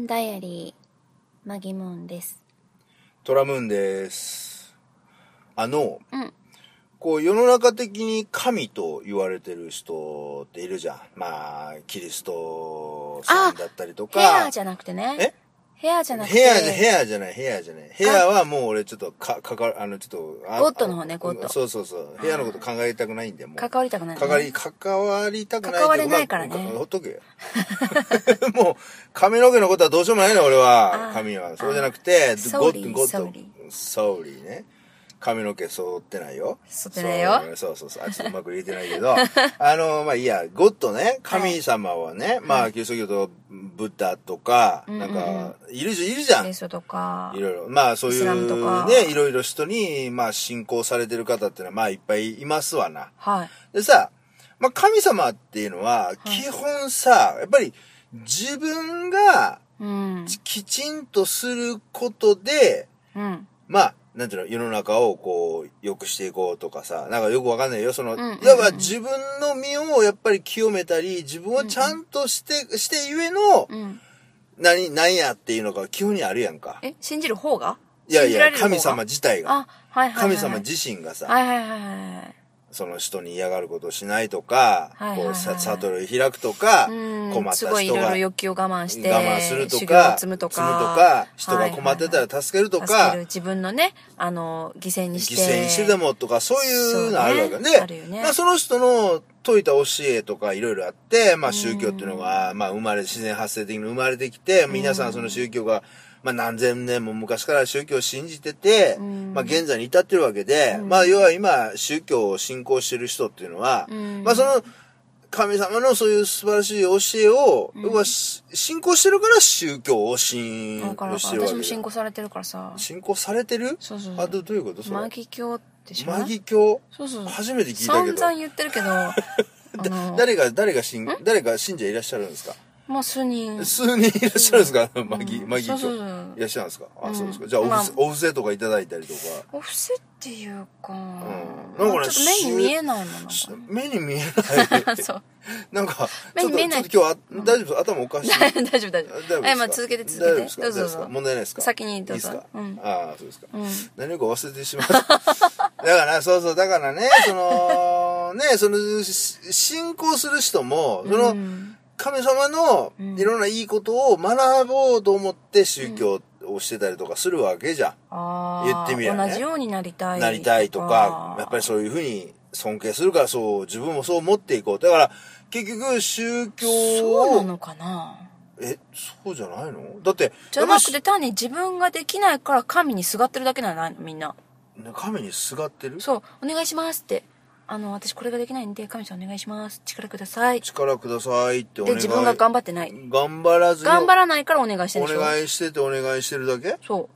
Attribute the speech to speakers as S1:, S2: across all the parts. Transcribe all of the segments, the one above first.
S1: ダイアリーマギムーンです。
S2: トラムーンです。
S1: うん、
S2: こう世の中的に神と言われてる人っているじゃん。まあキリストさんだったりとか。
S1: ヘアじゃなくてね。ヘアじゃない。ヘ
S2: アはもう俺ちょっとちょっと
S1: ゴッドの方ね、ゴッド。
S2: そう。ヘアのこと考えたくないんで、もう。
S1: 関わりたくない、ね。
S2: 関わりたくない。
S1: 関われないからね。
S2: ほっとけよ。もう、髪の毛のことはどうしようもないの、俺は。髪は。そうじゃなくて、ゴッド。ソーリーね。髪の毛剃ってないよ。
S1: 剃ってないよ。
S2: そう。ちょっとうまく言えてないけど。まあいいや、ゴッドね、神様はね、まあ、キリスト教とブッダとか、なんか、いるじゃん。
S1: キリストとか。
S2: いろいろ。まあそういうね、いろいろ人に、まあ信仰されてる方ってのは、まあいっぱいいますわな。
S1: はい。
S2: でさ、まあ神様っていうのは、基本さ、やっぱり自分が、きちんとすることで、まあ、なんていうの、世の中をこう、良くしていこうとかさ、なんかよくわかんないよ。いわば自分の身をやっぱり清めたり、自分をちゃんとしてゆえの、何やっていうのが基本にあるやんか。
S1: 信じる方が？
S2: いや、神様自体が。神様自身がさ、その人に嫌がることをしないとか、こう、悟りを開くとか、困った人が。
S1: すごいいろいろ欲求を我慢して、
S2: 我慢するとか、
S1: 修行を積むとか、
S2: 人が困ってたら助けるとか、
S1: 自分のね、犠牲にして。
S2: 犠牲にしてでもとか、そういうのあるわけね。
S1: あるよね。
S2: その人の説いた教えとかいろいろあって、まあ宗教っていうのが、まあ自然発生的に生まれてきて、皆さんその宗教が、まあ何千年も昔から宗教を信じてて、まあ現在に至ってるわけで、まあ要は今宗教を信仰してる人っていうのは、まあその神様のそういう素晴らしい教えを、要は信仰してるから宗教を信仰してるわけ。
S1: 私も信仰されてるからさ。
S2: 信仰されてる？
S1: そう。
S2: どういうこと？
S1: マギ教って知らない？
S2: マギ教？
S1: そう。
S2: 初めて聞いたけど。
S1: 散々言ってるけど。
S2: 誰が信者いらっしゃるんですか？
S1: まあ数人いらっし
S2: ゃるんですか？マギ教。いらっしゃるんですか？そうですか。じゃあお布施とかいただいたりとか。
S1: お布施っていうか、
S2: なんかね、
S1: ちょっと目に見えないもの。
S2: 目に見えない。そう。なんか、
S1: 目に見えない。
S2: ちょっと今日大丈夫です？頭おかしい。
S1: 大丈夫。まあ続けて。どうぞ。
S2: 問題ないですか？
S1: 先にどうぞ。
S2: いいですか？そうですか。何か忘れてしまった。だからね、信仰する人も、神様のいろんないいことを学ぼうと思って宗教をしてたりとかするわけじゃん。言ってみればね。
S1: 同じようになりたい
S2: とか、やっぱりそういうふうに尊敬するから自分もそう思っていこう。だから、結局宗教を。
S1: そうなのかな？
S2: そうじゃないの？だって。
S1: じゃなくて単に自分ができないから神にすがってるだけなのみんな。
S2: 神にすがってる？
S1: そう、お願いしますって。私これができないんで、神様お願いします。力ください。
S2: 力くださいってお願い。
S1: で、自分が頑張ってない。
S2: 頑張らないからお願いしてるでしょ。お願いしてるだけ？
S1: そう。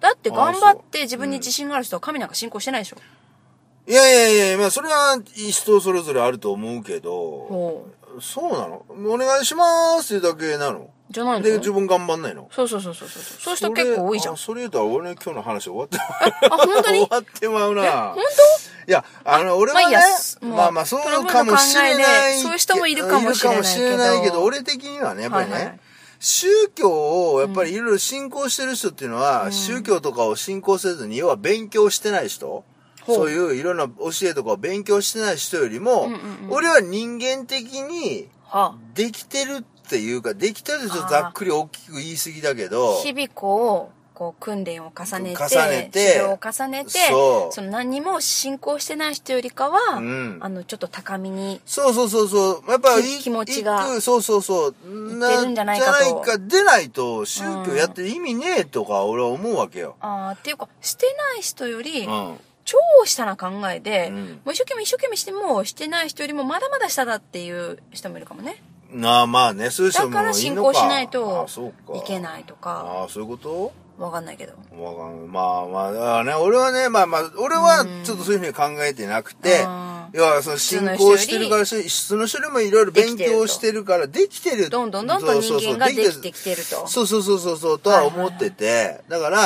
S1: だって頑張って自分に自信がある人は神なんか信仰してないでしょ。
S2: いや、まあそれは人それぞれあると思うけど。そうなの？お願いしますってだけなの？
S1: じゃないの？
S2: で、自分頑張んないの？
S1: そう。そういう人結構多いじゃん。
S2: それ言うと俺今日の話終わって
S1: 本当に？
S2: 終わってまうな。
S1: 本当？
S2: いや、俺はね、まあそうかもしれない。
S1: そういう人もいるかもしれないけど、
S2: 俺的にはね、やっぱりね、宗教をやっぱりいろいろ信仰してる人っていうのは、宗教とかを信仰せずに、要は勉強してない人、そういういろんな教えとかを勉強してない人よりも、俺は人間的にできてるっていうか、できてるってちょっとざっくり大きく言い過ぎだけど、
S1: 日々こう訓練を重ねて指導を重ねて、その何にも信仰してない人よりかは、ちょっと高みに、
S2: そうやっぱり
S1: 気持ちがいって
S2: る
S1: んじゃないかと。
S2: 出ないと宗教やってる意味ねえとか俺は思うわけよ。
S1: っていうかしてない人より、超下な考えで、もう一生懸命してもしてない人よりもまだまだ下だっていう人もいるかもね。
S2: まあね、そういう人もいるのか。
S1: だから信仰しないといけないとか。
S2: そういうこと？
S1: わかんないけど。
S2: まあね、俺はね、俺はちょっとそういうふうに考えてなくて、要はその信仰してるから、その人でもいろいろ勉強してるから、できてる。
S1: どんどん人間ができてきてると。
S2: そうとは思ってて、だから、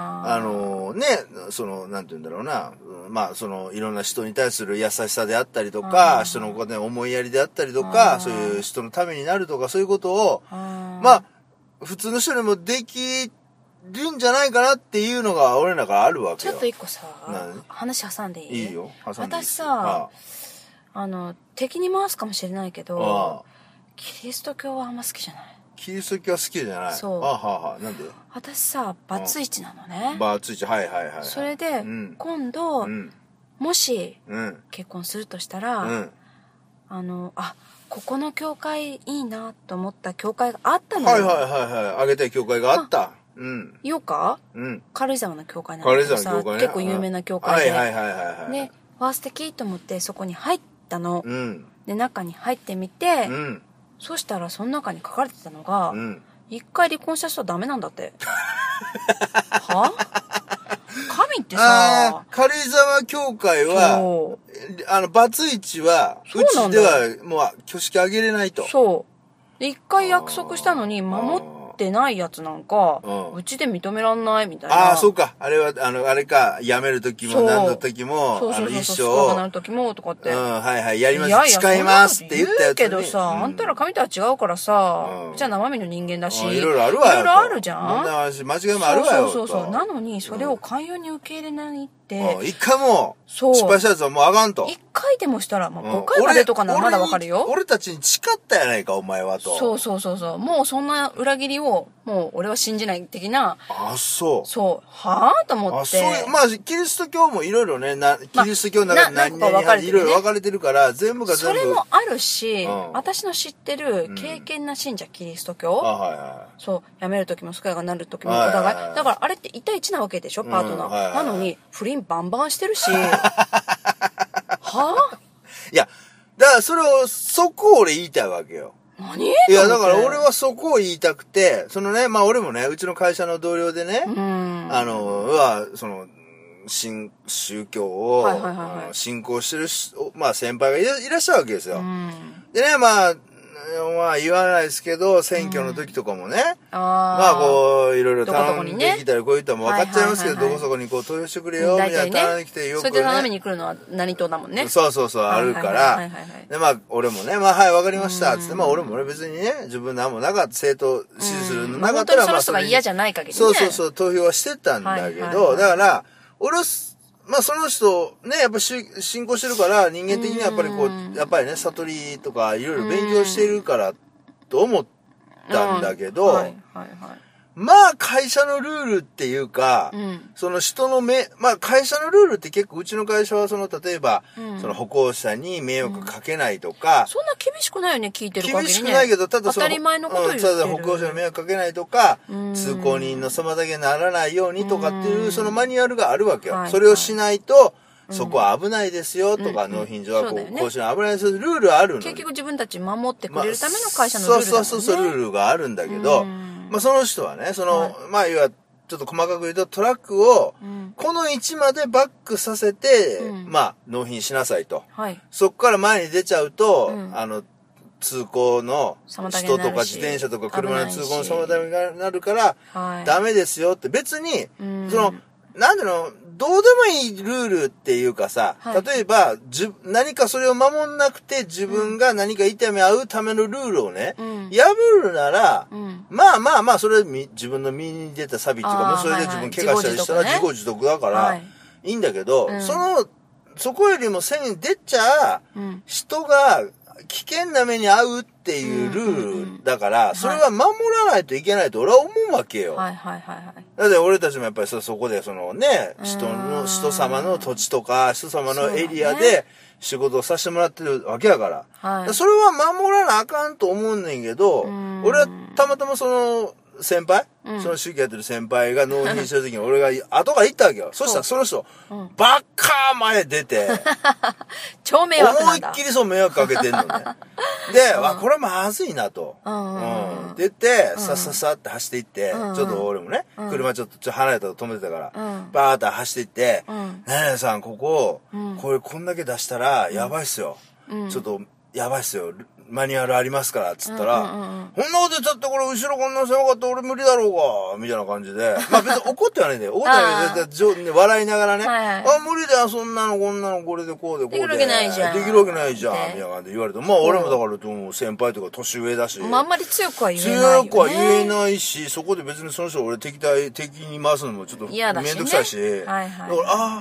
S2: なんて言うんだろうな、まあ、いろんな人に対する優しさであったりとか、人のことに思いやりであったりとか、そういう人のためになるとか、そういうことを、まあ、 普通の人でもできるんじゃないかなっていうのが俺の中あるわけよ。
S1: ちょっと一個さ、話挟んでいい？
S2: いいよ。挟んでいい。
S1: 私さ、敵に回すかもしれないけど、キリスト教はあんま好きじゃない。
S2: キリスト教は好きじゃない。
S1: そう。
S2: なんで？
S1: 私さ、バツイチなのね。
S2: バツイチ、はい。
S1: それで、今度、もし、結婚するとしたら、ここの教会いいなと思った教会があったのよ。
S2: あげたい教会があった。
S1: 言おうか？軽井沢の教会なんだけどさ、結構有名な教会で。で、素敵と思ってそこに入ったの。で、中に入ってみて、そしたらその中に書かれてたのが、一回離婚した人はダメなんだって。は？神ってさ、
S2: 軽井沢教会は、バツイチは、うちではもう挙式あげれないと。
S1: そう。で、一回約束したのに守ってないやつなんか、うちで認めらんないみたいな。
S2: そうか。あれは、あれか、辞める時も何の時も、一生。
S1: そうなる時も、とかって。
S2: やります、誓いますって言ったやつ。
S1: 言うけどさ、あんたら神とは違うからさ、じゃあ生身の人間だし。
S2: いろいろあるわよ。
S1: いろいろあるじゃん。
S2: 間違いもあるわよ。
S1: そう。なのに、それを寛容に受け入れないって。
S2: 一回も、失敗したやつはもうあかんと。
S1: 一回でもしたら、5回までとかならまだわかるよ。
S2: 俺たちに誓ったやないか、お前はと。
S1: そう。もうそんな裏切りを、もう俺は信じない的な。
S2: そう。
S1: そう。はぁと思って。
S2: キリスト教もいろいろね、キリスト教の中にいろいろ分かれてるから、全部が全部。
S1: それもあるし、私の知ってる敬虔な信者キリスト教。そう。辞める時も、スカヤがなる時もお互い。だからあれって1対1なわけでしょ、パートナー。なのに、不倫バンバンしてるし。
S2: いや、だからそこを俺言いたいわけよ。
S1: 何？
S2: いや、だから俺はそこを言いたくて、俺もね、うちの会社の同僚でね、宗教を、信仰してる先輩がいらっしゃるわけですよ。でね、言わないですけど、選挙の時とかもね、いろいろ頼んできたり、こういったらも分かっちゃいますけど、どこそこに投票してくれよ、みたいな頼んできて、よくね。
S1: それで頼みに来るのは何党だもんね。
S2: そう、あるから、で、俺もね、分かりました、つって、俺も別にね、自分何もなかった、政党支持するのなかったら、
S1: その人が嫌じゃない限りね。
S2: そう、投票はしてたんだけど、だから、俺は、その人、ね、やっぱ信仰してるから、人間的にやっぱりやっぱりね、悟りとかいろいろ勉強してるから、と思ったんだけど、会社のルールっていうか、その人の会社のルールって結構うちの会社は例えば、歩行者に迷惑かけないとか、
S1: そんな厳しくないよね、聞いてる限りね。
S2: 厳しくないけど、ただ
S1: 当たり前のこと言ってる。
S2: ただ歩行者に迷惑かけないとか、通行人の妨げにならないようにとかっていうそのマニュアルがあるわけよ。それをしないと、そこは危ないですよとか、納品所はこうしない危ないですよ、ルールあるの。
S1: 結局自分たち守ってくれるための会社のルールだもんね。
S2: そう、ルールがあるんだけど、その人はね、要は、ちょっと細かく言うと、トラックを、この位置までバックさせて、納品しなさいと。そこから前に出ちゃうと、通行の人とか自転車とか車の通行の妨げになるから、ダメですよって、別に、どうでもいいルールっていうかさ、例えば、何かそれを守んなくて自分が何か痛め合うためのルールをね、破るなら、それは自分の身に出たサビっていうか、もうそれで自分怪我したりしたら自業自得だから、いいんだけど、そこよりも線に出ちゃ、人が危険な目に遭うっていうルールだから、それは守らないといけないと俺は思うわけよ。だって俺たちもやっぱりそこで人様の土地とか、人様のエリアで仕事をさせてもらってるわけやから。それは守らなあかんと思うねんけど、俺はたまたま先輩、その宗教やってる先輩が納品した時に俺が後から行ったわけよ。そしたらその人、ばっか前出て、
S1: 超迷惑なんだ。
S2: 思いっきり迷惑かけてんのね。で、これはまずいなと。って言って、さって走っていって、ちょっと俺もね、車ちょっと離れたと止めてたから、バーって走っていって、ねえさん、これこんだけ出したらやばいっすよ。ちょっと、やばいっすよ。 マニュアルありますから、つったら、こんなこと言っちゃってこれ後ろこんな狭かった俺無理だろうが、みたいな感じで。まあ別に怒ってはないんだよ。怒ってはないんだよ。笑いながらね。無理だよ、そんなの、こんなの、これでこうでこうで。
S1: できるわけないじゃん。
S2: できるわけないじゃん、みたいな感じで言われて。まあ俺もだから先輩とか年上だし。
S1: まああんまり強くは言えないよね。
S2: 強くは言えないし、そこで別にその人を俺敵に回すのもちょっとめんどくさいし。だから、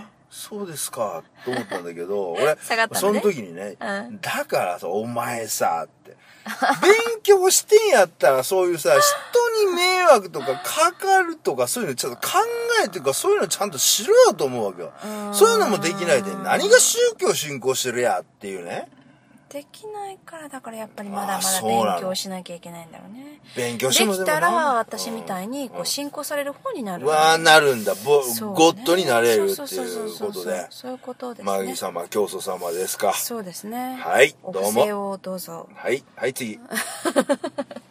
S2: そうですか、と思ったんだけど、俺、その時にね、だからさ、お前さ、って、勉強してんやったら、そういうさ、人に迷惑とかかかるとか、そういうのちょっと考えてるか、そういうのちゃんとしろよと思うわけよ。そういうのもできないで、何が宗教信仰してるやっていうね。
S1: できないから、だからやっぱりまだまだ勉強しなきゃいけないんだろうね。
S2: 勉強しても
S1: できたら、私みたいに、信仰される方になる。
S2: なるんだ。ゴッドになれるっていうことで。
S1: そういうことですね。
S2: マギ様、教祖様ですか。
S1: そうですね。
S2: はい、どうも。
S1: お布施をどうぞ。
S2: はい、次。